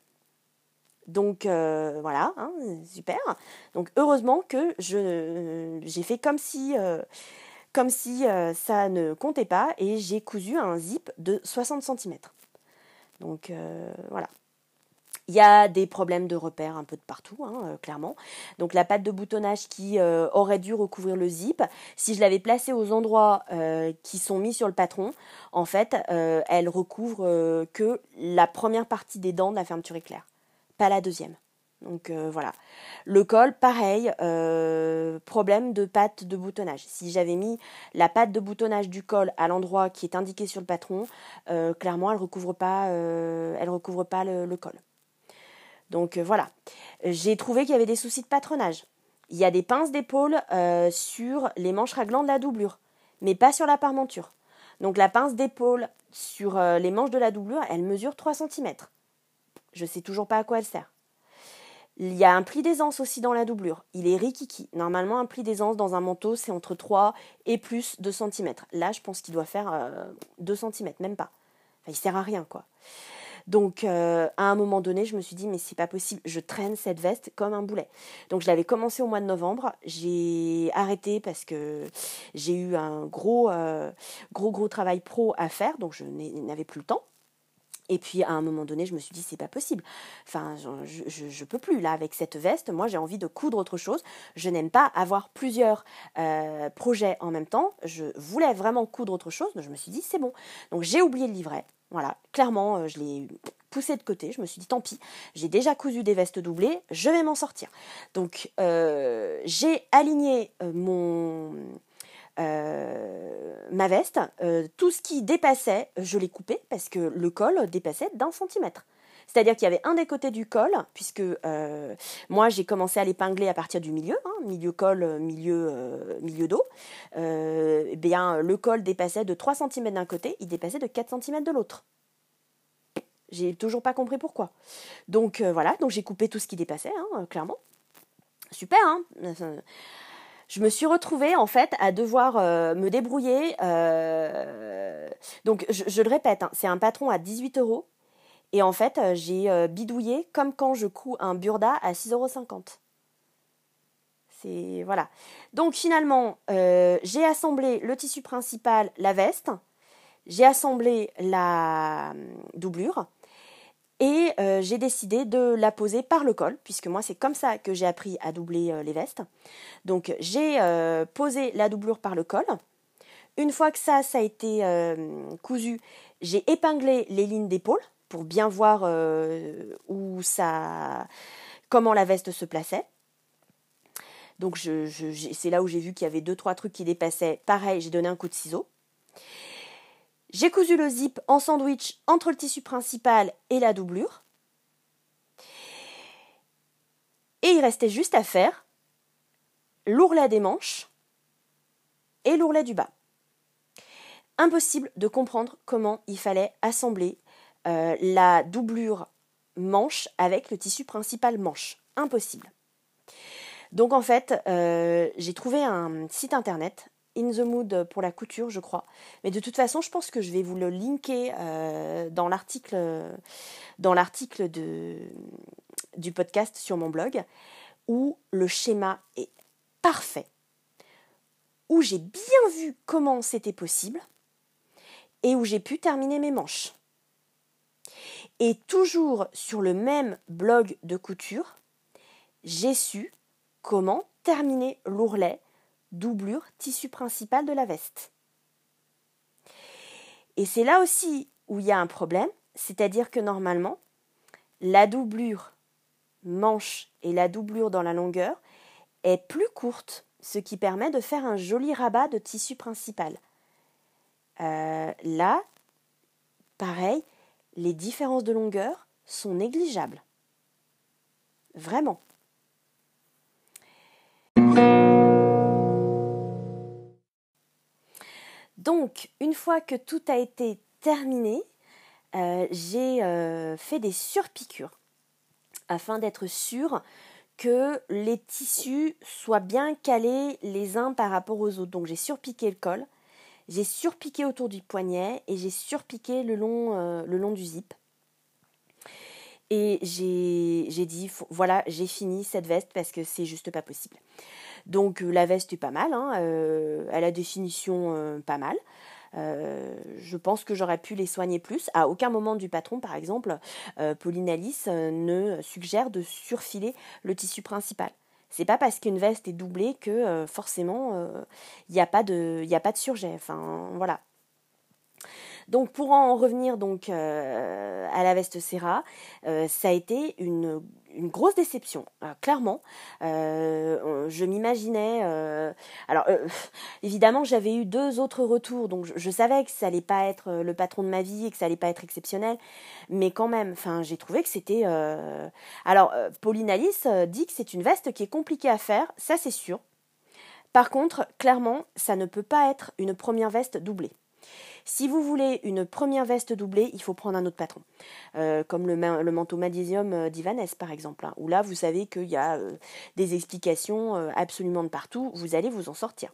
Speaker 1: Donc euh, voilà, hein, super. Donc heureusement que je, j'ai fait comme si, euh, comme si euh, ça ne comptait pas et j'ai cousu un zip de soixante centimètres. Donc euh, voilà. Il y a des problèmes de repères un peu de partout, hein, euh, clairement. Donc la patte de boutonnage qui euh, aurait dû recouvrir le zip, si je l'avais placée aux endroits euh, qui sont mis sur le patron, en fait, euh, elle recouvre euh, que la première partie des dents de la fermeture éclair, pas la deuxième. Donc euh, voilà. Le col, pareil, euh, problème de patte de boutonnage. Si j'avais mis la patte de boutonnage du col à l'endroit qui est indiqué sur le patron, euh, clairement, elle recouvre pas, euh, elle recouvre pas le, le col. Donc euh, voilà, j'ai trouvé qu'il y avait des soucis de patronage. Il y a des pinces d'épaule euh, sur les manches raglantes de la doublure, mais pas sur la parmenture. Donc la pince d'épaule sur euh, les manches de la doublure, elle mesure trois centimètres. Je ne sais toujours pas à quoi elle sert. Il y a un pli d'aisance aussi dans la doublure. Il est rikiki. Normalement, un pli d'aisance dans un manteau, c'est entre trois et plus deux centimètres. Là, je pense qu'il doit faire euh, deux centimètres, même pas. Enfin, il ne sert à rien, quoi. Donc, euh, à un moment donné, je me suis dit, mais c'est pas possible, je traîne cette veste comme un boulet. Donc, je l'avais commencé au mois de novembre. J'ai arrêté parce que j'ai eu un gros, euh, gros, gros travail pro à faire. Donc, je n'avais plus le temps. Et puis, à un moment donné, je me suis dit, c'est pas possible. Enfin, je, je, je peux plus, là, avec cette veste. Moi, j'ai envie de coudre autre chose. Je n'aime pas avoir plusieurs euh, projets en même temps. Je voulais vraiment coudre autre chose. Donc, je me suis dit, c'est bon. Donc, j'ai oublié le livret. Voilà, clairement, euh, je l'ai poussé de côté. Je me suis dit, tant pis, j'ai déjà cousu des vestes doublées, je vais m'en sortir. Donc, euh, j'ai aligné euh, mon, euh, ma veste. Euh, tout ce qui dépassait, je l'ai coupé parce que le col dépassait d'un centimètre. C'est-à-dire qu'il y avait un des côtés du col, puisque euh, moi j'ai commencé à l'épingler à partir du milieu, hein, milieu col, milieu, euh, milieu dos. Euh, eh bien, le col dépassait de trois centimètres d'un côté, il dépassait de quatre centimètres de l'autre. J'ai toujours pas compris pourquoi. Donc euh, voilà, donc j'ai coupé tout ce qui dépassait, hein, clairement. Super, hein. Je me suis retrouvée en fait à devoir euh, me débrouiller. Euh... Donc je, je le répète, hein, c'est un patron à dix-huit euros. Et en fait, euh, j'ai euh, bidouillé comme quand je couds un burda à six euros cinquante. C'est voilà. Donc finalement, euh, j'ai assemblé le tissu principal, la veste. J'ai assemblé la doublure. Et euh, j'ai décidé de la poser par le col, puisque moi c'est comme ça que j'ai appris à doubler euh, les vestes. Donc j'ai euh, posé la doublure par le col. Une fois que ça, ça a été euh, cousu, j'ai épinglé les lignes d'épaule pour bien voir euh, où ça, comment la veste se plaçait. Donc je, je, c'est là où j'ai vu qu'il y avait deux trois trucs qui dépassaient. Pareil, j'ai donné un coup de ciseau. J'ai cousu le zip en sandwich entre le tissu principal et la doublure. Et il restait juste à faire l'ourlet des manches et l'ourlet du bas. Impossible de comprendre comment il fallait assembler euh, la doublure manche avec le tissu principal manche. Impossible. Donc en fait, euh, j'ai trouvé un site internet, In the Mood pour la couture, je crois. Mais de toute façon, je pense que je vais vous le linker euh, dans l'article, dans l'article de, du podcast sur mon blog, où le schéma est parfait. où j'ai bien vu comment c'était possible et où j'ai pu terminer mes manches. Et toujours sur le même blog de couture, j'ai su comment terminer l'ourlet, doublure, tissu principal de la veste. Et c'est là aussi où il y a un problème, c'est-à-dire que normalement, la doublure manche et la doublure dans la longueur est plus courte, ce qui permet de faire un joli rabat de tissu principal. Euh, là, pareil, les différences de longueur sont négligeables. Vraiment. Donc, une fois que tout a été terminé, euh, j'ai euh, fait des surpiqûres afin d'être sûre que les tissus soient bien calés les uns par rapport aux autres. Donc, j'ai surpiqué le col, j'ai surpiqué autour du poignet et j'ai surpiqué le long, euh, le long du zip. Et j'ai, j'ai dit, voilà, j'ai fini cette veste parce que c'est juste pas possible. Donc la veste est pas mal, hein, euh, à la définition euh, pas mal. Euh, je pense que j'aurais pu les soigner plus. À aucun moment du patron, par exemple, euh, Pauline Alice euh, ne suggère de surfiler le tissu principal. C'est pas parce qu'une veste est doublée que euh, forcément il euh, n'y a pas de, il y a pas de surjet. Enfin voilà. Donc pour en revenir donc euh, à la veste Serra, euh, ça a été une, une grosse déception, euh, clairement. Euh, je m'imaginais... Euh, alors euh, évidemment j'avais eu deux autres retours, donc je, je savais que ça allait pas être le patron de ma vie et que ça allait pas être exceptionnel, mais quand même, enfin j'ai trouvé que c'était... Euh... Alors euh, Pauline Alice dit que c'est une veste qui est compliquée à faire, ça c'est sûr. Par contre, clairement, ça ne peut pas être une première veste doublée. Si vous voulez une première veste doublée, il faut prendre un autre patron, euh, comme le, le manteau magnésium d'Ivanès par exemple, hein, où là vous savez qu'il y a euh, des explications euh, absolument de partout, vous allez vous en sortir.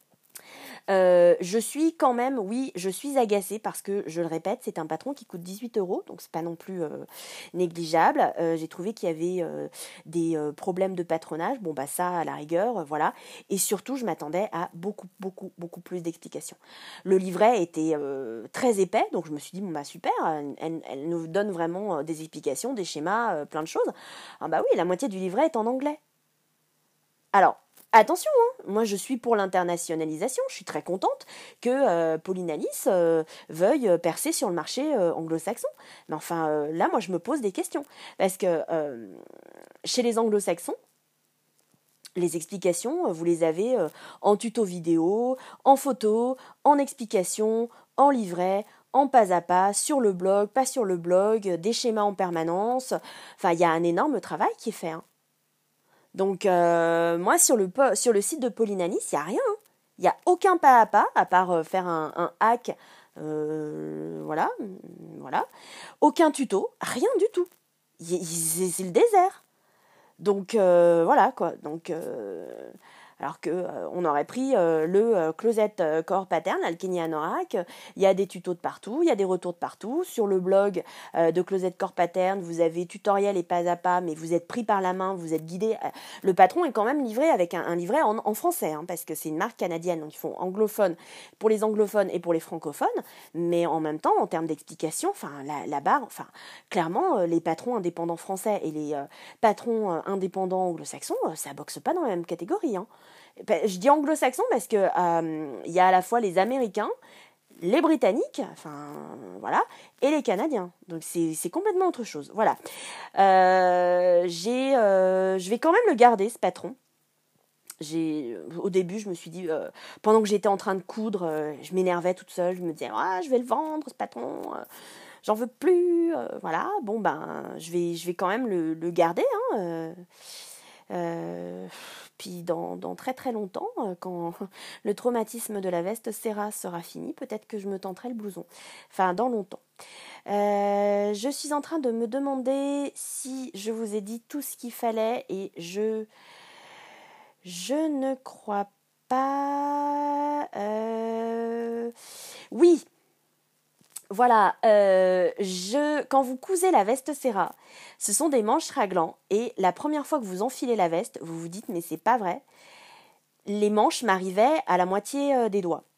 Speaker 1: Euh, je suis quand même, oui, je suis agacée parce que, je le répète, c'est un patron qui coûte dix-huit euros, donc c'est pas non plus euh, négligeable. Euh, j'ai trouvé qu'il y avait euh, des euh, problèmes de patronage, bon bah ça à la rigueur, euh, voilà. Et surtout, je m'attendais à beaucoup, beaucoup, beaucoup plus d'explications. Le livret était euh, très épais, donc je me suis dit, bon bah super, elle, elle nous donne vraiment des explications, des schémas, euh, plein de choses. Ah bah oui, la moitié du livret est en anglais. Alors, attention, hein, moi je suis pour l'internationalisation, je suis très contente que euh, Pauline Alice euh, veuille percer sur le marché euh, anglo-saxon. Mais enfin, euh, là, moi je me pose des questions. Parce que euh, chez les anglo-saxons, les explications, vous les avez euh, en tuto vidéo, en photo, en explication, en livret, en pas à pas, sur le blog, pas sur le blog, des schémas en permanence. Enfin, il y a un énorme travail qui est fait, hein. Donc, euh, moi, sur le, sur le site de Pauline Alice, il n'y a rien. Il n'y a aucun pas à pas, à part euh, faire un, un hack. Euh, voilà, voilà. Aucun tuto, rien du tout. C'est le désert. Donc, euh, voilà, quoi. Donc, euh, alors que euh, on aurait pris euh, le euh, closet euh, core pattern, Alkenia Anorak. Il y a des tutos de partout, il y a des retours de partout. Sur le blog euh, de closet core pattern, vous avez tutoriel et pas à pas, mais vous êtes pris par la main, vous êtes guidé. Le patron est quand même livré avec un, un livret en, en français, hein, parce que c'est une marque canadienne, donc ils font anglophone pour les anglophones et pour les francophones. Mais en même temps, en termes d'explication, enfin la, la barre, enfin clairement, euh, les patrons indépendants français et les euh, patrons euh, indépendants anglo-saxons, euh, ça boxe pas dans la même catégorie, hein. Je dis anglo-saxon parce que euh, y a à la fois les Américains, les Britanniques, enfin voilà, et les Canadiens. Donc c'est, c'est complètement autre chose. Voilà. Euh, j'ai, euh, je vais quand même le garder, ce patron. J'ai, au début, je me suis dit, euh, pendant que j'étais en train de coudre, euh, je m'énervais toute seule. Je me disais, ah, je vais le vendre, ce patron. Euh, j'en veux plus. Euh, voilà. Bon ben, je vais, je vais quand même le, le garder. Hein, euh, euh, Puis dans, dans très très longtemps, quand le traumatisme de la veste Serra sera fini, peut-être que je me tenterai le blouson. Enfin, dans longtemps. Euh, je suis en train de me demander si je vous ai dit tout ce qu'il fallait et je, je ne crois pas... Euh, oui. Voilà, euh, je, quand vous cousez la veste Serra, ce sont des manches raglan et la première fois que vous enfilez la veste, vous vous dites mais c'est pas vrai. les manches m'arrivaient à la moitié euh, des doigts.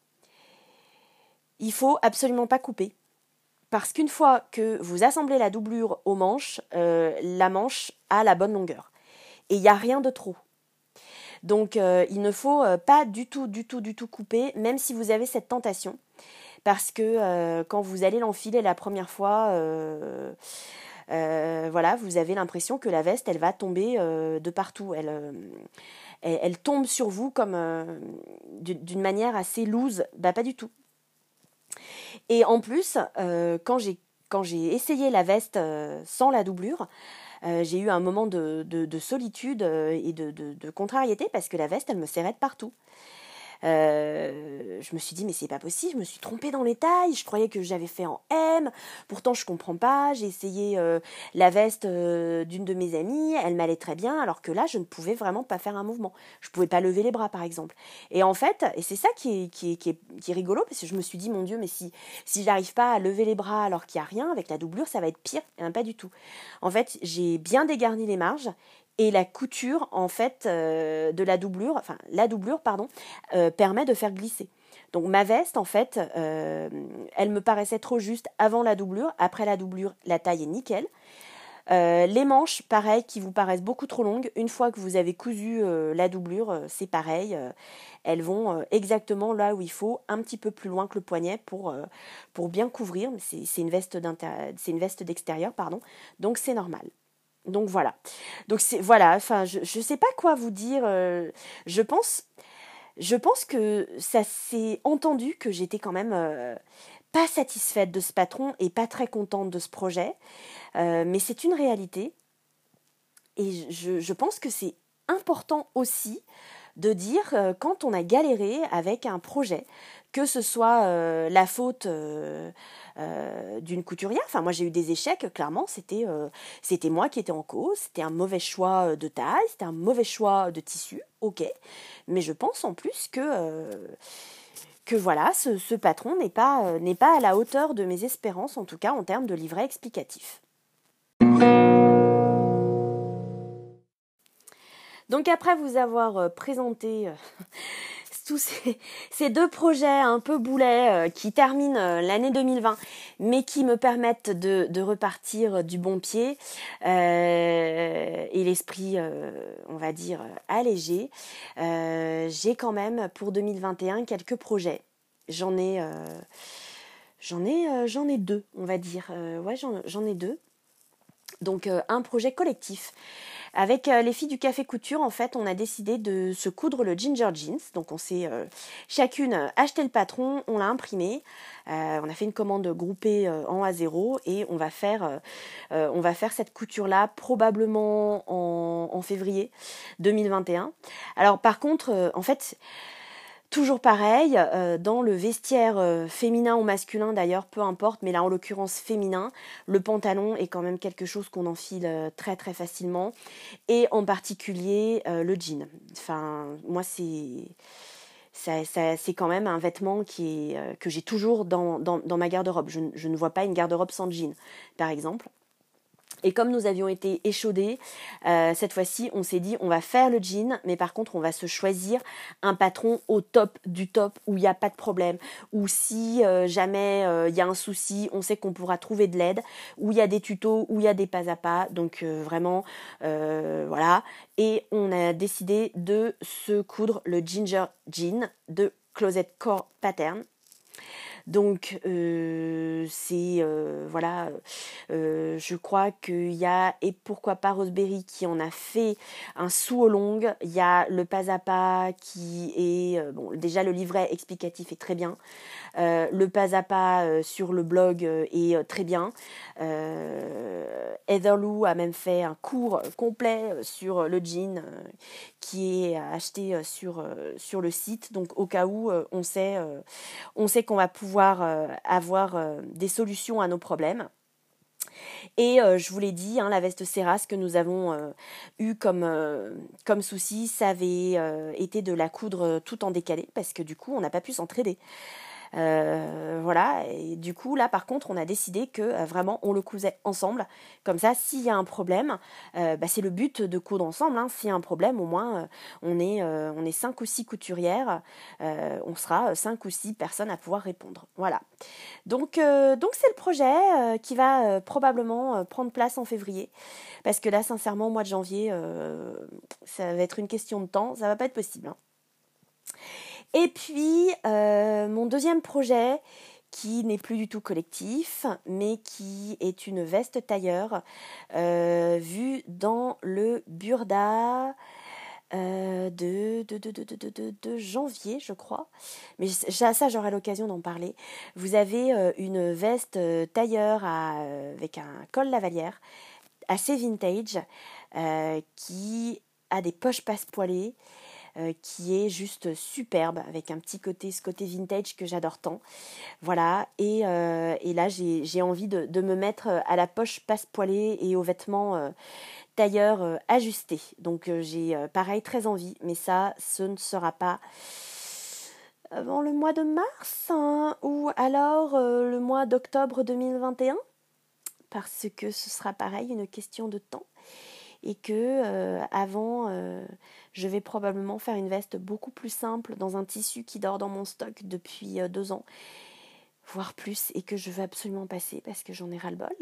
Speaker 1: Il faut absolument pas couper. Parce qu'une fois que vous assemblez la doublure aux manches, euh, la manche a la bonne longueur. Et il n'y a rien de trop. Donc euh, il ne faut euh, pas du tout, du tout, du tout couper, même si vous avez cette tentation. Parce que euh, quand vous allez l'enfiler la première fois, euh, euh, voilà, vous avez l'impression que la veste, elle va tomber euh, de partout. Elle, euh, elle, elle tombe sur vous comme euh, d'une manière assez loose. Bah pas du tout. Et en plus, euh, quand j'ai quand j'ai essayé la veste euh, sans la doublure, euh, j'ai eu un moment de, de, de solitude euh, et de, de, de contrariété parce que la veste, elle me serrait de partout. Euh, je me suis dit mais c'est pas possible, je me suis trompée dans les tailles, je croyais que j'avais fait en M, pourtant je comprends pas, j'ai essayé euh, la veste euh, d'une de mes amies, elle m'allait très bien, alors que là je ne pouvais vraiment pas faire un mouvement, je pouvais pas lever les bras par exemple. Et en fait, et c'est ça qui est, qui est, qui est, qui est rigolo, parce que je me suis dit mon Dieu, mais si, si j'arrive pas à lever les bras alors qu'il n'y a rien, avec la doublure ça va être pire, et bien pas du tout. En fait, j'ai bien dégarni les marges, et la couture, en fait, euh, de la doublure, enfin, la doublure, pardon, euh, permet de faire glisser. Donc, ma veste, en fait, euh, elle me paraissait trop juste avant la doublure. Après la doublure, la taille est nickel. Euh, les manches, pareil, qui vous paraissent beaucoup trop longues. Une fois que vous avez cousu euh, la doublure, euh, c'est pareil. Euh, elles vont euh, exactement là où il faut, un petit peu plus loin que le poignet pour, euh, pour bien couvrir. C'est, c'est une veste d'inter- c'est une veste d'extérieur, pardon. Donc, c'est normal. Donc voilà. Donc c'est voilà, enfin je je sais pas quoi vous dire, euh, je pense je pense que ça s'est entendu que j'étais quand même euh, pas satisfaite de ce patron et pas très contente de ce projet. Euh, mais c'est une réalité et je je pense que c'est important aussi de dire euh, quand on a galéré avec un projet, que ce soit euh, la faute euh, euh, d'une couturière. Enfin, moi j'ai eu des échecs, clairement, c'était euh, c'était moi qui étais en cause, c'était un mauvais choix de taille, c'était un mauvais choix de tissu, ok. Mais je pense en plus que, euh, que voilà, ce, ce patron n'est pas, euh, n'est pas à la hauteur de mes espérances, en tout cas en termes de livret explicatif. Donc après vous avoir euh, présenté euh, tous ces, ces deux projets un peu boulets euh, qui terminent euh, l'année deux mille vingt, mais qui me permettent de, de repartir du bon pied euh, et l'esprit, euh, on va dire, allégé, euh, j'ai quand même pour deux mille vingt et un quelques projets. J'en ai, euh, j'en ai, euh, j'en ai deux, on va dire. Euh, ouais, j'en, j'en ai deux. Donc euh, un projet collectif. Avec euh, les filles du Café Couture, en fait, on a décidé de se coudre le Ginger Jeans. Donc on s'est euh, chacune euh, acheté le patron, on l'a imprimé, euh, on a fait une commande groupée euh, en A zéro et on va faire, euh, euh, on va faire cette couture-là probablement en, en février deux mille vingt et un. Alors par contre, euh, en fait... Toujours pareil, euh, dans le vestiaire euh, féminin ou masculin d'ailleurs, peu importe, mais là en l'occurrence féminin, le pantalon est quand même quelque chose qu'on enfile euh, très très facilement, et en particulier euh, le jean. Enfin, moi c'est... Ça, ça, c'est quand même un vêtement qui est, euh, que j'ai toujours dans, dans, dans ma garde-robe. Je, je ne vois pas une garde-robe sans jean, par exemple. Et comme nous avions été échaudés, euh, cette fois-ci, on s'est dit on va faire le jean, mais par contre, on va se choisir un patron au top du top où il n'y a pas de problème, où si euh, jamais euh, il y a un souci, on sait qu'on pourra trouver de l'aide, où il y a des tutos, où il y a des pas à pas. Donc euh, vraiment, euh, voilà. Et on a décidé de se coudre le Ginger Jean de Closet Core Pattern. Donc euh, c'est euh, voilà, euh, je crois qu'il y a, et pourquoi pas Roseberry qui en a fait un sous aux longues. Il y a le pas à pas qui est euh, bon, déjà le livret explicatif est très bien. Euh, le pas à pas euh, sur le blog euh, est euh, très bien. Euh, Heather Lou a même fait un cours complet sur le jean euh, qui est acheté euh, sur, euh, sur le site. Donc au cas où euh, on sait, euh, on sait qu'on va pouvoir euh, avoir euh, des solutions à nos problèmes. Et euh, je vous l'ai dit, hein, la veste Serras que nous avons euh, eu comme, euh, comme souci, ça avait euh, été de la coudre tout en décalé parce que du coup on n'a pas pu s'entraider. Euh, voilà, et du coup, là, par contre, on a décidé que euh, vraiment, on le cousait ensemble. Comme ça, s'il y a un problème, euh, bah, c'est le but de coudre ensemble. Hein. S'il y a un problème, au moins, euh, on est, euh, on est cinq ou six couturières. Euh, on sera cinq ou six personnes à pouvoir répondre. Voilà. Donc, euh, donc c'est le projet euh, qui va euh, probablement euh, prendre place en février. Parce que là, sincèrement, au mois de janvier, euh, ça va être une question de temps. Ça va pas être possible. Hein. Et puis, euh, mon deuxième projet, qui n'est plus du tout collectif, mais qui est une veste tailleur euh, vue dans le Burda euh, de, de, de, de, de, de, de janvier, je crois. Mais ça, j'aurai l'occasion d'en parler. Vous avez euh, une veste euh, tailleur à, euh, avec un col lavalière assez vintage euh, qui a des poches passe-poilées. Euh, qui est juste superbe, avec un petit côté, ce côté vintage que j'adore tant. Voilà, et, euh, et là j'ai, j'ai envie de, de me mettre à la poche passe-poilée et aux vêtements euh, tailleurs euh, ajustés. Donc euh, j'ai euh, pareil très envie, mais ça, ce ne sera pas avant le mois de mars, hein, ou alors euh, le mois d'octobre deux mille vingt et un, parce que ce sera pareil, une question de temps. Et que euh, avant, euh, je vais probablement faire une veste beaucoup plus simple dans un tissu qui dort dans mon stock depuis euh, deux ans, voire plus, et que je veux absolument passer parce que j'en ai ras-le-bol.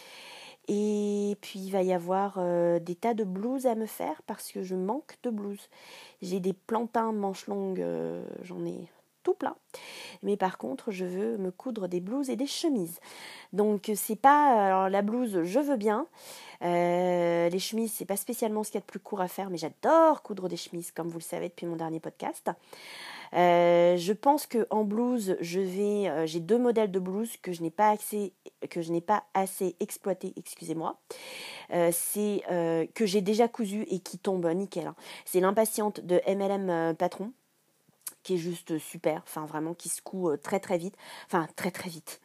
Speaker 1: Et puis il va y avoir euh, des tas de blouses à me faire parce que je manque de blouses. J'ai des plantins manches longues, euh, j'en ai tout plein. Mais par contre, je veux me coudre des blouses et des chemises. Donc c'est pas, alors la blouse, je veux bien. Euh, les chemises, c'est pas spécialement ce qu'il y a de plus court à faire, mais j'adore coudre des chemises, comme vous le savez depuis mon dernier podcast. Euh, je pense que en blouse, je vais, euh, j'ai deux modèles de blouse que je n'ai pas assez, que je n'ai pas assez exploité, excusez-moi. Euh, c'est euh, que j'ai déjà cousu et qui tombe nickel. Hein. C'est l'impatiente de M L M Patron, qui est juste super, enfin vraiment qui se coud très très vite, enfin très très vite.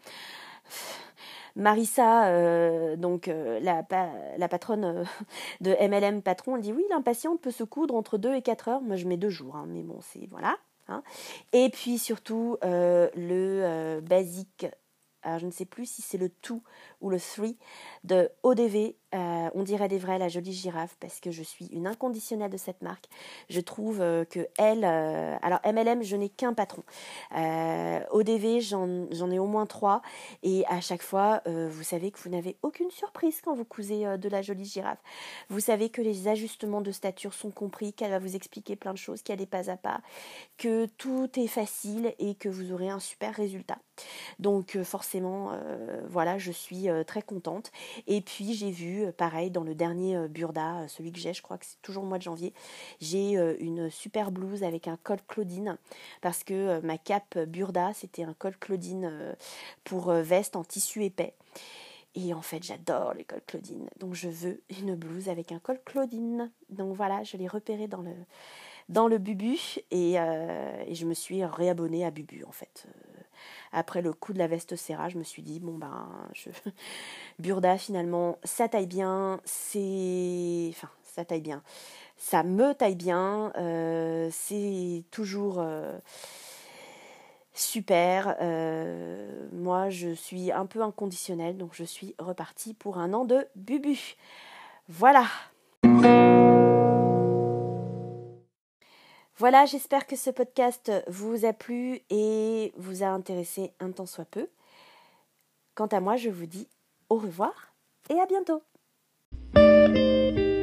Speaker 1: Marissa, euh, donc euh, la, la patronne euh, de M L M Patron, elle dit oui, l'impatiente peut se coudre entre deux et quatre heures. Moi, je mets deux jours, hein, mais bon, c'est voilà. Hein. Et puis surtout euh, le euh, basique, alors je ne sais plus si c'est le two ou le three de O D V. Euh, on dirait des vrais, la jolie girafe, parce que je suis une inconditionnelle de cette marque. Je trouve euh, que elle, euh, alors M L M, je n'ai qu'un patron. Euh, O D V, j'en, j'en ai au moins trois, et à chaque fois, euh, vous savez que vous n'avez aucune surprise quand vous cousez euh, de la jolie girafe. Vous savez que les ajustements de stature sont compris, qu'elle va vous expliquer plein de choses, qu'il y a des pas à pas, que tout est facile et que vous aurez un super résultat. Donc euh, forcément, euh, voilà, je suis euh, très contente. Et puis j'ai vu, euh, pareil, dans le dernier euh, Burda, euh, celui que j'ai, je crois que c'est toujours le mois de janvier, j'ai euh, une super blouse avec un col Claudine, parce que euh, ma cape Burda, c'était un col Claudine euh, pour euh, veste en tissu épais. Et en fait, j'adore les cols Claudine. Donc je veux une blouse avec un col Claudine. Donc voilà, je l'ai repéré dans le... dans le Bubu et, euh, et je me suis réabonnée à Bubu en fait. Euh, après le coup de la veste Serra, je me suis dit bon ben je... Burda finalement ça taille bien, c'est enfin ça taille bien, ça me taille bien, euh, c'est toujours euh, super. Euh, moi je suis un peu inconditionnelle donc je suis repartie pour un an de Bubu. Voilà. Voilà, j'espère que ce podcast vous a plu et vous a intéressé un tant soit peu. Quant à moi, je vous dis au revoir et à bientôt.